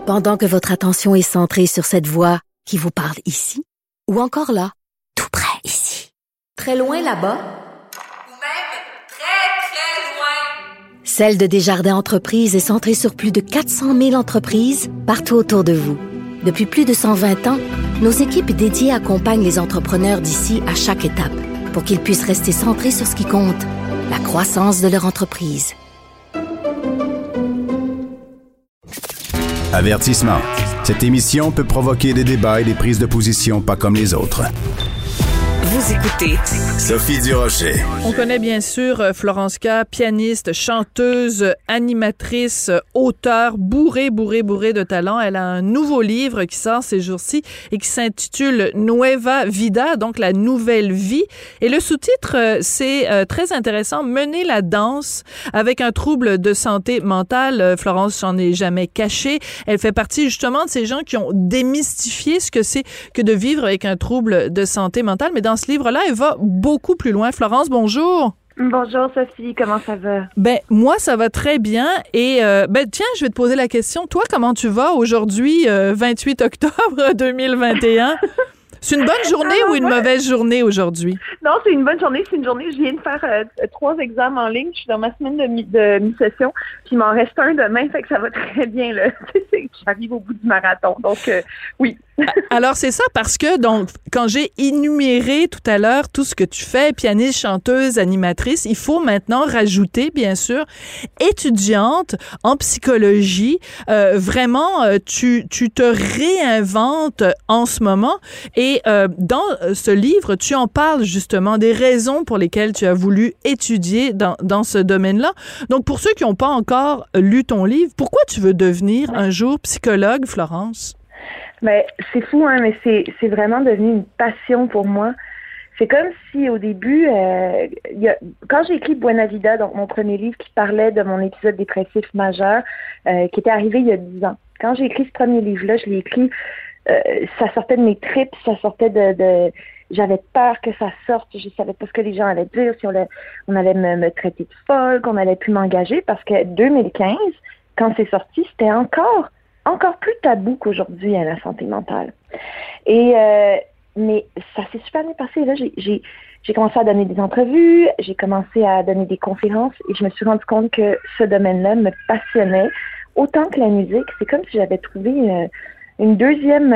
Pendant que votre attention est centrée sur cette voix qui vous parle ici, ou encore là, tout près ici, très loin là-bas, ou même très, très loin. Celle de Desjardins Entreprises est centrée sur plus de 400 000 entreprises partout autour de vous. Depuis plus de 120 ans, nos équipes dédiées accompagnent les entrepreneurs d'ici à chaque étape pour qu'ils puissent rester centrés sur ce qui compte, la croissance de leur entreprise. Avertissement. Cette émission peut provoquer des débats et des prises de position pas comme les autres. Vous écoutez Sophie Durocher. On connaît bien sûr Florence K, pianiste, chanteuse, animatrice, auteure, bourrée de talent. Elle a un nouveau livre qui sort ces jours-ci et qui s'intitule Nueva Vida, donc la nouvelle vie. Et le sous-titre, c'est très intéressant, Mener la danse avec un trouble de santé mentale. Florence s'en est jamais cachée. Elle fait partie justement de ces gens qui ont démystifié ce que c'est que de vivre avec un trouble de santé mentale. Mais dans ce livre-là, elle va beaucoup plus loin. Florence, bonjour. Bonjour Sophie, comment ça va? Ben moi ça va très bien et tiens, je vais te poser la question. Toi, comment tu vas aujourd'hui, 28 octobre 2021? C'est une bonne journée ou une mauvaise journée aujourd'hui? Non, c'est une bonne journée. C'est une journée. Je viens de faire 3 examens en ligne. Je suis dans ma semaine de mi-session. Puis il m'en reste un demain, fait que ça va très bien. Là. J'arrive au bout du marathon. Donc, oui. Alors, c'est ça parce que, donc, quand j'ai énuméré tout à l'heure tout ce que tu fais, pianiste, chanteuse, animatrice, il faut maintenant rajouter, bien sûr, étudiante en psychologie. Vraiment, tu te réinventes en ce moment. Et dans ce livre, tu en parles justement des raisons pour lesquelles tu as voulu étudier dans ce domaine-là. Donc, pour ceux qui n'ont pas encore lu ton livre, pourquoi tu veux devenir un jour psychologue, Florence? Ben, c'est fou, hein, mais c'est vraiment devenu une passion pour moi. C'est comme si au début, quand j'ai écrit Buena Vida, donc mon premier livre qui parlait de mon épisode dépressif majeur, qui était arrivé il y a 10 ans. Quand j'ai écrit ce premier livre-là, je l'ai écrit, ça sortait de mes tripes, ça sortait de j'avais peur que ça sorte, je savais pas ce que les gens allaient dire, si on allait me traiter de folle, qu'on allait plus m'engager, parce que 2015, quand c'est sorti, c'était encore plus tabou qu'aujourd'hui à la santé mentale. Et mais ça s'est super bien passé. Là, j'ai commencé à donner des entrevues, j'ai commencé à donner des conférences et je me suis rendu compte que ce domaine-là me passionnait autant que la musique. C'est comme si j'avais trouvé une deuxième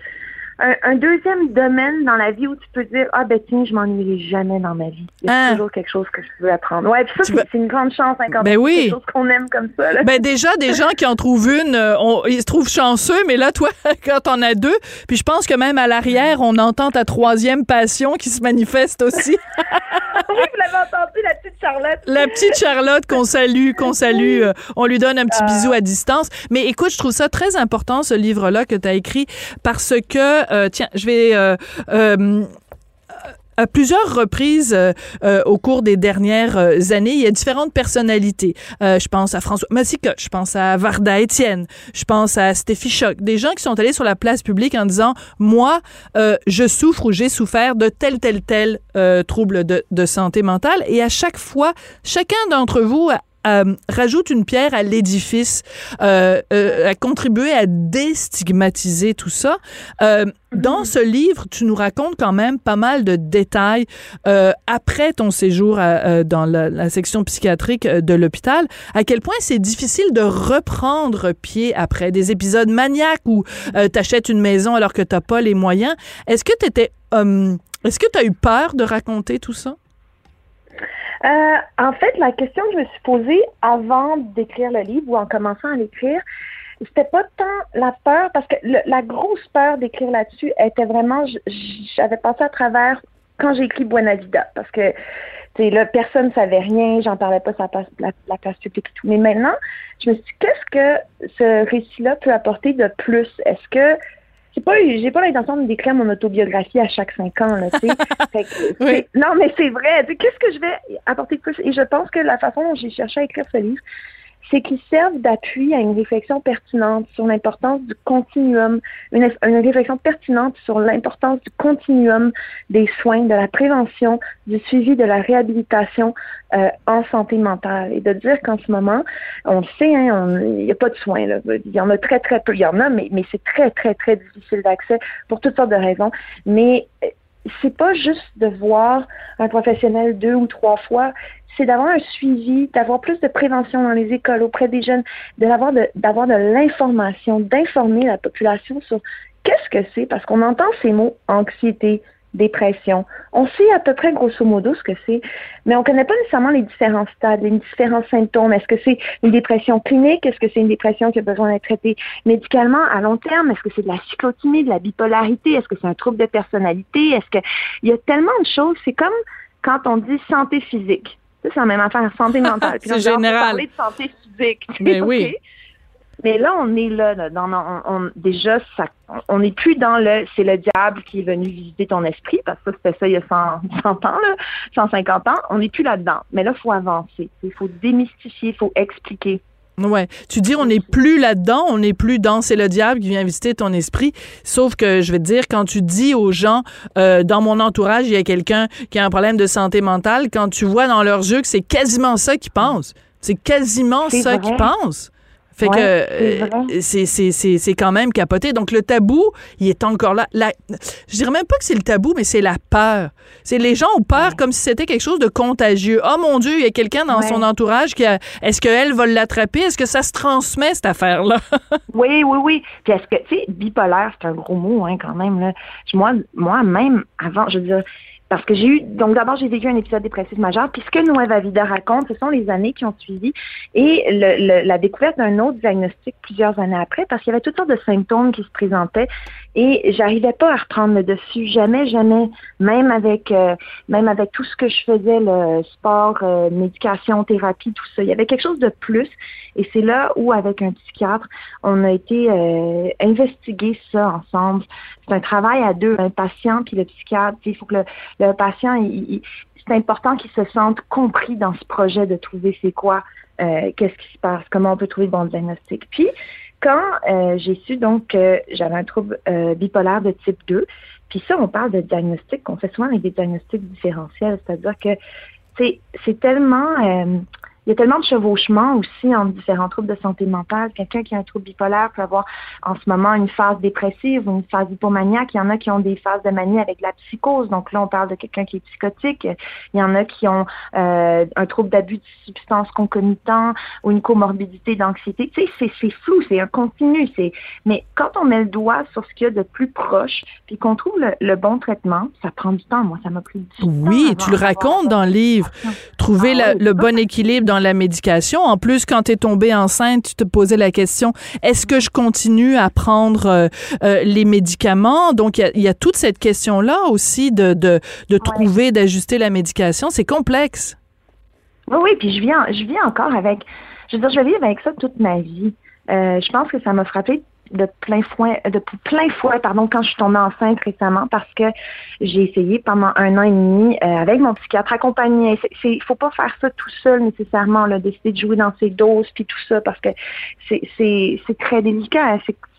un deuxième domaine dans la vie où tu peux dire tiens, je m'ennuierai jamais dans ma vie. Il y a toujours quelque chose que je veux apprendre. Ouais, puis ça c'est une grande chance quand même. Oui. Quelque chose qu'on aime comme ça. Là. Ben déjà des gens qui en trouvent une, ils se trouvent chanceux, mais là toi quand on a 2, puis je pense que même à l'arrière on entend ta 3e passion qui se manifeste aussi. Oui, vous l'avez entendu, la petite Charlotte. La petite Charlotte qu'on salue. On lui donne un petit bisou à distance. Mais écoute, je trouve ça très important, ce livre-là que tu as écrit, parce que, tiens, je vais... à plusieurs reprises au cours des dernières années, il y a différentes personnalités. Je pense à François Massicotte, je pense à Varda Étienne, je pense à Steffi Choc, des gens qui sont allés sur la place publique en disant « Moi, je souffre ou j'ai souffert de tel trouble de santé mentale. » Et à chaque fois, chacun d'entre vous rajoute une pierre à l'édifice, à contribuer à déstigmatiser tout ça. Dans ce livre, tu nous racontes quand même pas mal de détails après ton séjour dans la section psychiatrique de l'hôpital, à quel point c'est difficile de reprendre pied après des épisodes maniaques où t'achètes une maison alors que t'as pas les moyens. Est-ce que t'as eu peur de raconter tout ça? En fait, la question que je me suis posée avant d'écrire le livre ou en commençant à l'écrire, c'était pas tant la peur, parce que la grosse peur d'écrire là-dessus était vraiment, j'avais passé à travers quand j'ai écrit Buena Vida, parce que tu sais, là, personne ne savait rien, j'en parlais pas sur la place publique et tout. Mais maintenant, je me suis dit, qu'est-ce que ce récit-là peut apporter de plus? Est-ce que j'ai pas l'intention de décrire mon autobiographie à chaque 5 ans, là, tu sais. Oui. Non, mais c'est vrai. Qu'est-ce que je vais apporter de plus? Et je pense que la façon dont j'ai cherché à écrire ce livre, c'est qu'ils servent d'appui à une réflexion pertinente sur l'importance du continuum, une réflexion pertinente sur l'importance du continuum des soins, de la prévention, du suivi, de la réhabilitation en santé mentale. Et de dire qu'en ce moment, on le sait, hein, il n'y a pas de soins, là. Il y en a très, très peu. Il y en a, mais c'est très, très, très difficile d'accès pour toutes sortes de raisons. Mais c'est pas juste de voir un professionnel 2 ou 3 fois, c'est d'avoir un suivi, d'avoir plus de prévention dans les écoles auprès des jeunes, d'avoir de l'information, d'informer la population sur qu'est-ce que c'est, parce qu'on entend ces mots anxiété, dépression. On sait à peu près grosso modo ce que c'est, mais on connaît pas nécessairement les différents stades, les différents symptômes. Est-ce que c'est une dépression clinique? Est-ce que c'est une dépression qui a besoin d'être traitée médicalement à long terme? Est-ce que c'est de la cyclothymie, de la bipolarité? Est-ce que c'est un trouble de personnalité? Est-ce que il y a tellement de choses. C'est comme quand on dit santé physique. Ça, c'est la même affaire, santé mentale. Puis c'est général. On parler de santé physique. Mais oui. Okay? Mais là, on est là déjà, on n'est plus dans c'est le diable qui est venu visiter ton esprit, parce que c'était ça il y a 100 ans, là, 150 ans. On n'est plus là-dedans. Mais là, il faut avancer. Il faut démystifier, il faut expliquer. Ouais. Tu dis, on n'est plus là-dedans, on n'est plus dans c'est le diable qui vient visiter ton esprit. Sauf que, je vais te dire, quand tu dis aux gens, dans mon entourage, il y a quelqu'un qui a un problème de santé mentale, quand tu vois dans leurs yeux que c'est quasiment ça qu'ils pensent. C'est quasiment ça qu'ils pensent. Fait que c'est quand même capoté. Donc, le tabou, il est encore là. Je dirais même pas que c'est le tabou, mais c'est la peur. C'est les gens ont peur comme si c'était quelque chose de contagieux. Oh mon Dieu, il y a quelqu'un dans son entourage qui a... Est-ce qu'elle va l'attraper? Est-ce que ça se transmet, cette affaire-là? Oui. Puis est-ce que, tu sais, bipolaire, c'est un gros mot, hein, quand même, là. Moi, même avant, je veux dire... Parce que donc d'abord, j'ai vécu un épisode dépressif majeur, puis ce que Nueva Vida raconte, ce sont les années qui ont suivi et la découverte d'un autre diagnostic plusieurs années après, parce qu'il y avait toutes sortes de symptômes qui se présentaient et j'arrivais pas à reprendre le dessus, jamais, même avec tout ce que je faisais, le sport, médication, thérapie, tout ça. Il y avait quelque chose de plus et c'est là où, avec un psychiatre, on a été investiguer ça ensemble. C'est un travail à deux, un patient puis le psychiatre. Il faut que le patient, c'est important qu'il se sente compris dans ce projet de trouver c'est quoi, qu'est-ce qui se passe, comment on peut trouver le bon diagnostic. Puis, quand j'ai su donc que j'avais un trouble bipolaire de type 2, puis ça, on parle de diagnostic, qu'on fait souvent avec des diagnostics différentiels, c'est-à-dire que c'est tellement... il y a tellement de chevauchements aussi entre différents troubles de santé mentale. Quelqu'un qui a un trouble bipolaire peut avoir en ce moment une phase dépressive ou une phase hypomaniaque. Il y en a qui ont des phases de manie avec la psychose. Donc là, on parle de quelqu'un qui est psychotique. Il y en a qui ont un trouble d'abus de substances concomitant ou une comorbidité d'anxiété. Tu sais, c'est flou, c'est un continu. Mais quand on met le doigt sur ce qu'il y a de plus proche puis qu'on trouve le bon traitement, ça prend du temps. Moi, ça m'a pris du temps. Oui, tu le racontes dans le livre. Trouver le bon équilibre dans la médication. En plus, quand tu es tombée enceinte, tu te posais la question, est-ce que je continue à prendre les médicaments? Donc, il y a toute cette question-là aussi de trouver, d'ajuster la médication. C'est complexe. Oui, puis je vis encore avec... Je veux dire, je vais vivre avec ça toute ma vie. Je pense que ça m'a frappée de plein fouet, quand je suis tombée enceinte récemment, parce que j'ai essayé pendant 1 an et demi avec mon psychiatre accompagné. Faut pas faire ça tout seul nécessairement, là, décider de jouer dans ses doses puis tout ça, parce que c'est très délicat.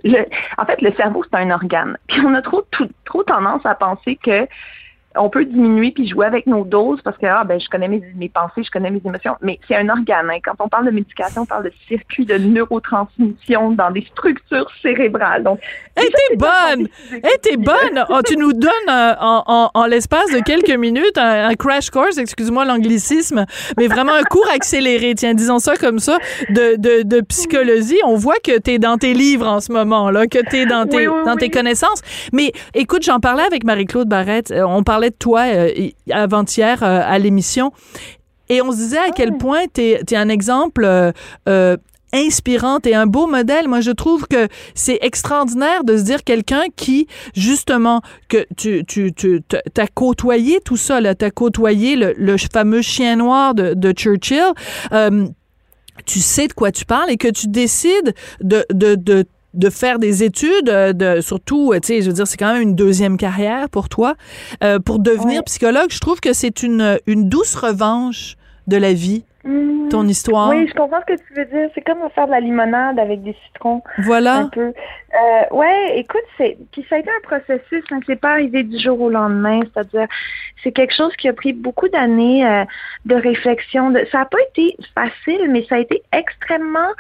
En fait, le cerveau, c'est un organe. Puis on a trop tendance à penser que on peut diminuer puis jouer avec nos doses parce que je connais mes pensées, je connais mes émotions, mais c'est un organe. Hein. Quand on parle de médication, on parle de circuits de neurotransmission dans des structures cérébrales. Donc, t'es bonne! T'es bonne! Oh, tu nous donnes en l'espace de quelques minutes un crash course, excuse-moi l'anglicisme, mais vraiment un cours accéléré, tiens, disons ça comme ça, de psychologie. On voit que t'es dans tes livres en ce moment, là, que t'es dans tes connaissances. Mais écoute, j'en parlais avec Marie-Claude Barrette, on parlait de toi avant-hier à l'émission et on se disait à quel point t'es un exemple inspirant et un beau modèle. Moi, je trouve que c'est extraordinaire de se dire quelqu'un qui, justement, que t'as côtoyé tout ça, là, t'as côtoyé le fameux chien noir de Churchill. Tu sais de quoi tu parles et que tu décides de faire des études, surtout, tu sais, je veux dire, c'est quand même une deuxième carrière pour toi, pour devenir psychologue. Je trouve que c'est une douce revanche de la vie ton histoire? Oui, je comprends ce que tu veux dire. C'est comme faire de la limonade avec des citrons. Voilà. Un peu. Ouais, écoute, puis ça a été un processus, hein, c'est pas arrivé du jour au lendemain, c'est-à-dire, c'est quelque chose qui a pris beaucoup d'années de réflexion. Ça n'a pas été facile, mais ça a été extrêmement...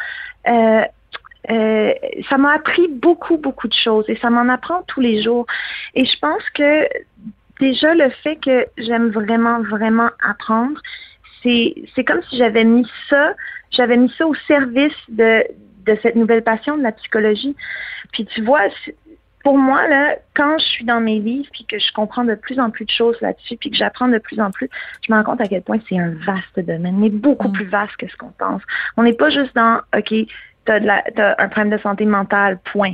ça m'a appris beaucoup, beaucoup de choses et ça m'en apprend tous les jours. Et je pense que déjà, le fait que j'aime vraiment, vraiment apprendre, c'est comme si j'avais mis ça au service de cette nouvelle passion de la psychologie. Puis tu vois, pour moi, là, quand je suis dans mes livres puis que je comprends de plus en plus de choses là-dessus puis que j'apprends de plus en plus, je me rends compte à quel point c'est un vaste domaine, mais beaucoup plus vaste que ce qu'on pense. On n'est pas juste dans, OK, t'as un problème de santé mentale, point.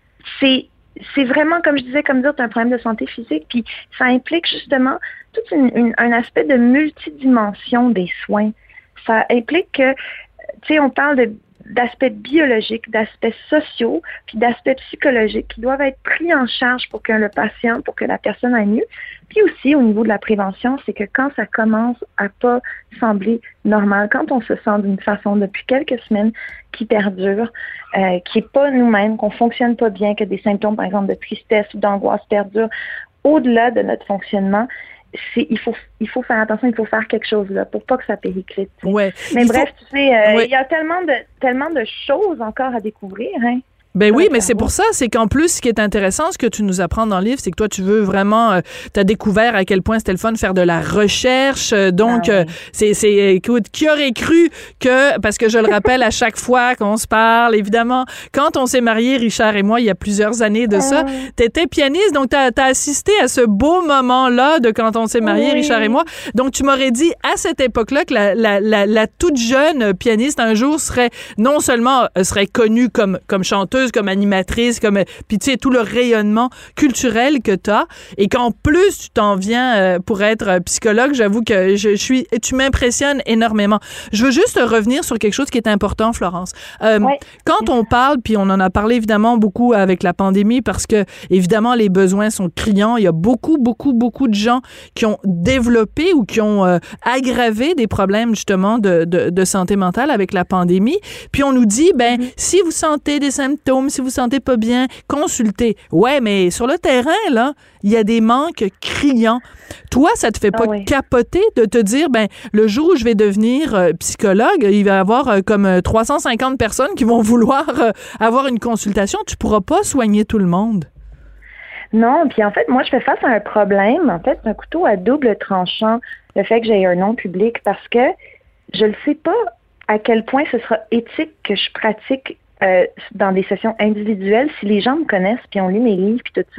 C'est vraiment, comme je disais, comme dire, tu as un problème de santé physique, puis ça implique justement tout un aspect de multidimension des soins. Ça implique que, tu sais, on parle d'aspects biologiques, d'aspects sociaux, puis d'aspects psychologiques qui doivent être pris en charge pour que le patient, pour que la personne aille mieux. Puis aussi, au niveau de la prévention, c'est que quand ça commence à pas sembler normal, quand on se sent d'une façon depuis quelques semaines qui perdure, qui est pas nous-mêmes, qu'on fonctionne pas bien, que des symptômes, par exemple, de tristesse ou d'angoisse perdurent au-delà de notre fonctionnement, il faut faire attention, il faut faire quelque chose là pour pas que ça périclite. Ouais. Mais bref, tu sais, il y a tellement de choses encore à découvrir, hein. Ben oui, mais c'est pour ça, c'est qu'en plus, ce qui est intéressant, ce que tu nous apprends dans le livre, c'est que toi, tu veux vraiment, t'as découvert à quel point c'était le fun de faire de la recherche, donc écoute, qui aurait cru que, parce que je le rappelle à chaque fois qu'on se parle, évidemment, quand on s'est mariés, Richard et moi, il y a plusieurs années de ça, t'étais pianiste, donc t'as assisté à ce beau moment-là de quand on s'est mariés, Richard et moi, donc tu m'aurais dit à cette époque-là que la toute jeune pianiste un jour serait non seulement serait connue comme chanteuse, comme animatrice, puis tu sais, tout le rayonnement culturel que tu as, et qu'en plus, tu t'en viens pour être psychologue, j'avoue que tu m'impressionnes énormément. Je veux juste revenir sur quelque chose qui est important, Florence. Quand on parle, puis on en a parlé évidemment beaucoup avec la pandémie, parce que, évidemment, les besoins sont criants. Il y a beaucoup, beaucoup, beaucoup de gens qui ont développé ou qui ont aggravé des problèmes, justement, de santé mentale avec la pandémie. Puis on nous dit, si vous sentez des symptômes, si vous sentez pas bien, consultez. Ouais, mais sur le terrain, là, il y a des manques criants. Toi, ça te fait pas capoter de te dire, le jour où je vais devenir psychologue, il va y avoir comme 350 personnes qui vont vouloir avoir une consultation. Tu pourras pas soigner tout le monde. Non, puis en fait, moi, je fais face à un problème. En fait, c'est un couteau à double tranchant, le fait que j'ai un nom public, parce que je ne sais pas à quel point ce sera éthique que je pratique dans des sessions individuelles si les gens me connaissent puis ont lu mes livres puis tout ça.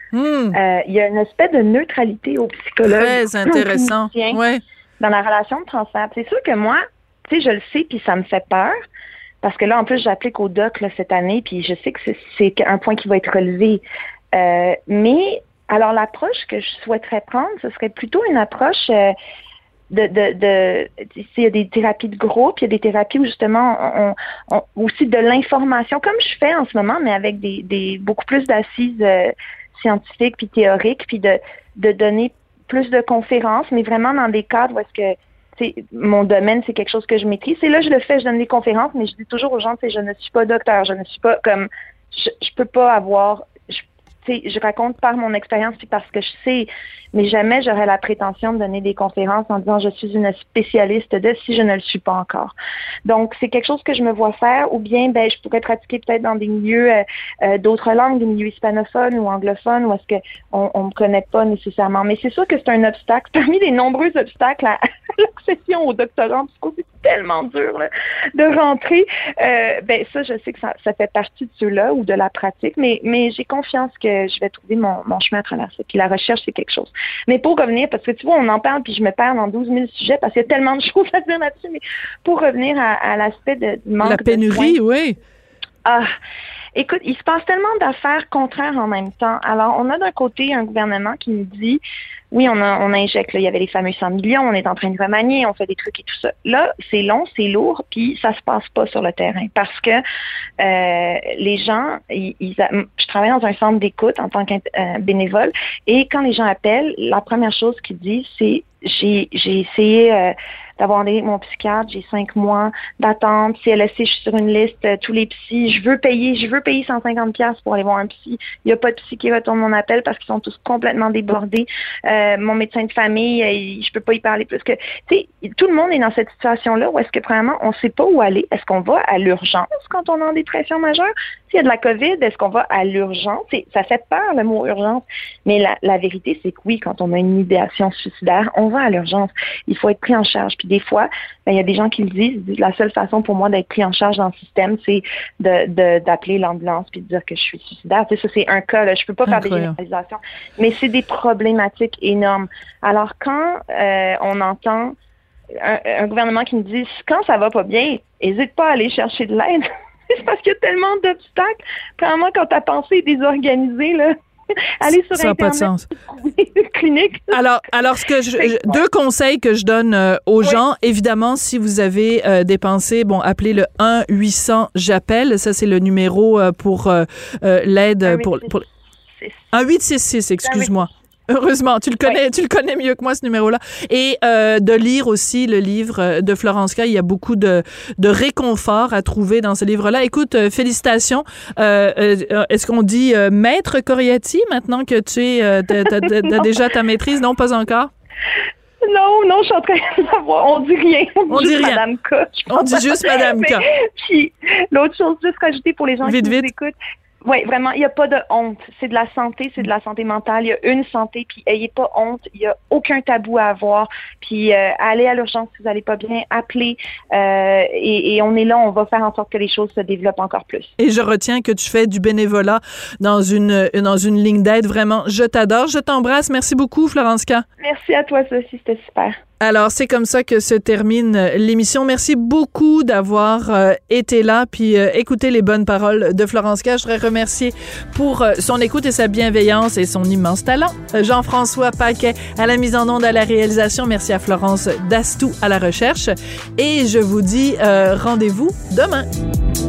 Il y a une espèce de neutralité au psychologue. Très intéressant. Dans la relation de transfert. C'est sûr que moi, tu sais, je le sais puis ça me fait peur parce que là, en plus, j'applique au doc là, cette année puis je sais que c'est un point qui va être relevé. Mais alors, l'approche que je souhaiterais prendre, ce serait plutôt une approche... il y a des thérapies de groupe, il y a des thérapies où justement on aussi de l'information, comme je fais en ce moment, mais avec des beaucoup plus d'assises scientifiques puis théoriques, puis de donner plus de conférences, mais vraiment dans des cadres où est-ce que mon domaine, c'est quelque chose que je maîtrise. Et là, je le fais, je donne des conférences, mais je dis toujours aux gens, je ne suis pas docteur, je ne suis pas comme je peux pas avoir je raconte par mon expérience puis parce que je sais, mais jamais j'aurais la prétention de donner des conférences en disant je suis une spécialiste de si je ne le suis pas encore. Donc, c'est quelque chose que je me vois faire ou bien je pourrais pratiquer peut-être dans des milieux d'autres langues, des milieux hispanophones ou anglophones où est-ce qu'on me connaît pas nécessairement. Mais c'est sûr que c'est un obstacle. Parmi les nombreux obstacles à l'accession au doctorat en psycho, c'est tellement dur là, de rentrer. Ça, je sais que ça fait partie de ceux-là ou de la pratique, mais j'ai confiance que je vais trouver mon chemin à travers ça. Puis la recherche, c'est quelque chose. Mais pour revenir, parce que tu vois, on en parle, puis je me perds dans 12 000 sujets, parce qu'il y a tellement de choses à dire là-dessus, mais pour revenir à l'aspect de manque la pénurie, de soins, oui. Écoute, il se passe tellement d'affaires contraires en même temps. Alors, on a d'un côté un gouvernement qui nous dit, oui, on injecte, là, il y avait les fameux 100 millions, on est en train de remanier, on fait des trucs et tout ça. Là, c'est long, c'est lourd, puis ça se passe pas sur le terrain parce que les gens, je travaille dans un centre d'écoute en tant que bénévole, et quand les gens appellent, la première chose qu'ils disent, c'est j'ai essayé d'avoir rendez-vous avec mon psychiatre. J'ai 5 mois d'attente. CLSC, je suis sur une liste, tous les psys. Je veux payer 150$ pour aller voir un psy. Il n'y a pas de psy qui retourne mon appel parce qu'ils sont tous complètement débordés. Mon médecin de famille, je peux pas y parler plus que... Tu sais, tout le monde est dans cette situation-là où est-ce que, premièrement, on sait pas où aller. Est-ce qu'on va à l'urgence quand on est en dépression majeure? S'il y a de la COVID, est-ce qu'on va à l'urgence? Ça fait peur, le mot urgence. Mais la vérité, c'est que oui, quand on a une idéation suicidaire, on va à l'urgence. Il faut être pris en charge. Puis des fois, il y a des gens qui le disent, la seule façon pour moi d'être pris en charge dans le système, c'est d'appeler l'ambulance puis de dire que je suis suicidaire. Tu sais, ça, c'est un cas, là. Je peux pas faire des généralisations. Mais c'est des problématiques énormes. Alors, quand on entend un gouvernement qui me dit, quand ça va pas bien, n'hésite pas à aller chercher de l'aide. C'est parce qu'il y a tellement d'obstacles. Premièrement, quand ta pensée est désorganisée, là, aller sur ça Internet, n'a pas de sens. clinique. Alors, deux conseils que je donne aux gens. Évidemment, si vous avez des pensées, appelez le 1-800-JAPPELLE. Ça, c'est le numéro pour l'aide. Pour 1-866, excuse-moi. Heureusement, tu le connais mieux que moi, ce numéro-là. Et de lire aussi le livre de Florence K. Il y a beaucoup de réconfort à trouver dans ce livre-là. Écoute, félicitations. Est-ce qu'on dit Maître Coriati maintenant que t'as déjà ta maîtrise? Non, pas encore? Non, je suis en train de savoir. On dit rien. On dit rien. Madame K. On dit juste Madame K. Puis, l'autre chose, juste rajouter pour les gens qui nous écoutent. Oui, vraiment, il n'y a pas de honte. C'est de la santé mentale. Il y a une santé, puis ayez pas honte. Il n'y a aucun tabou à avoir. Puis allez à l'urgence si vous n'allez pas bien, appelez. Et on est là, on va faire en sorte que les choses se développent encore plus. Et je retiens que tu fais du bénévolat dans une ligne d'aide. Vraiment, je t'adore, je t'embrasse. Merci beaucoup, Florence K. Merci à toi, Sophie, c'était super. Alors, c'est comme ça que se termine l'émission. Merci beaucoup d'avoir été là puis écouté les bonnes paroles de Florence K. Je voudrais remercier pour son écoute et sa bienveillance et son immense talent. Jean-François Paquet à la mise en onde, à la réalisation. Merci à Florence Dastou à la recherche. Et je vous dis rendez-vous demain.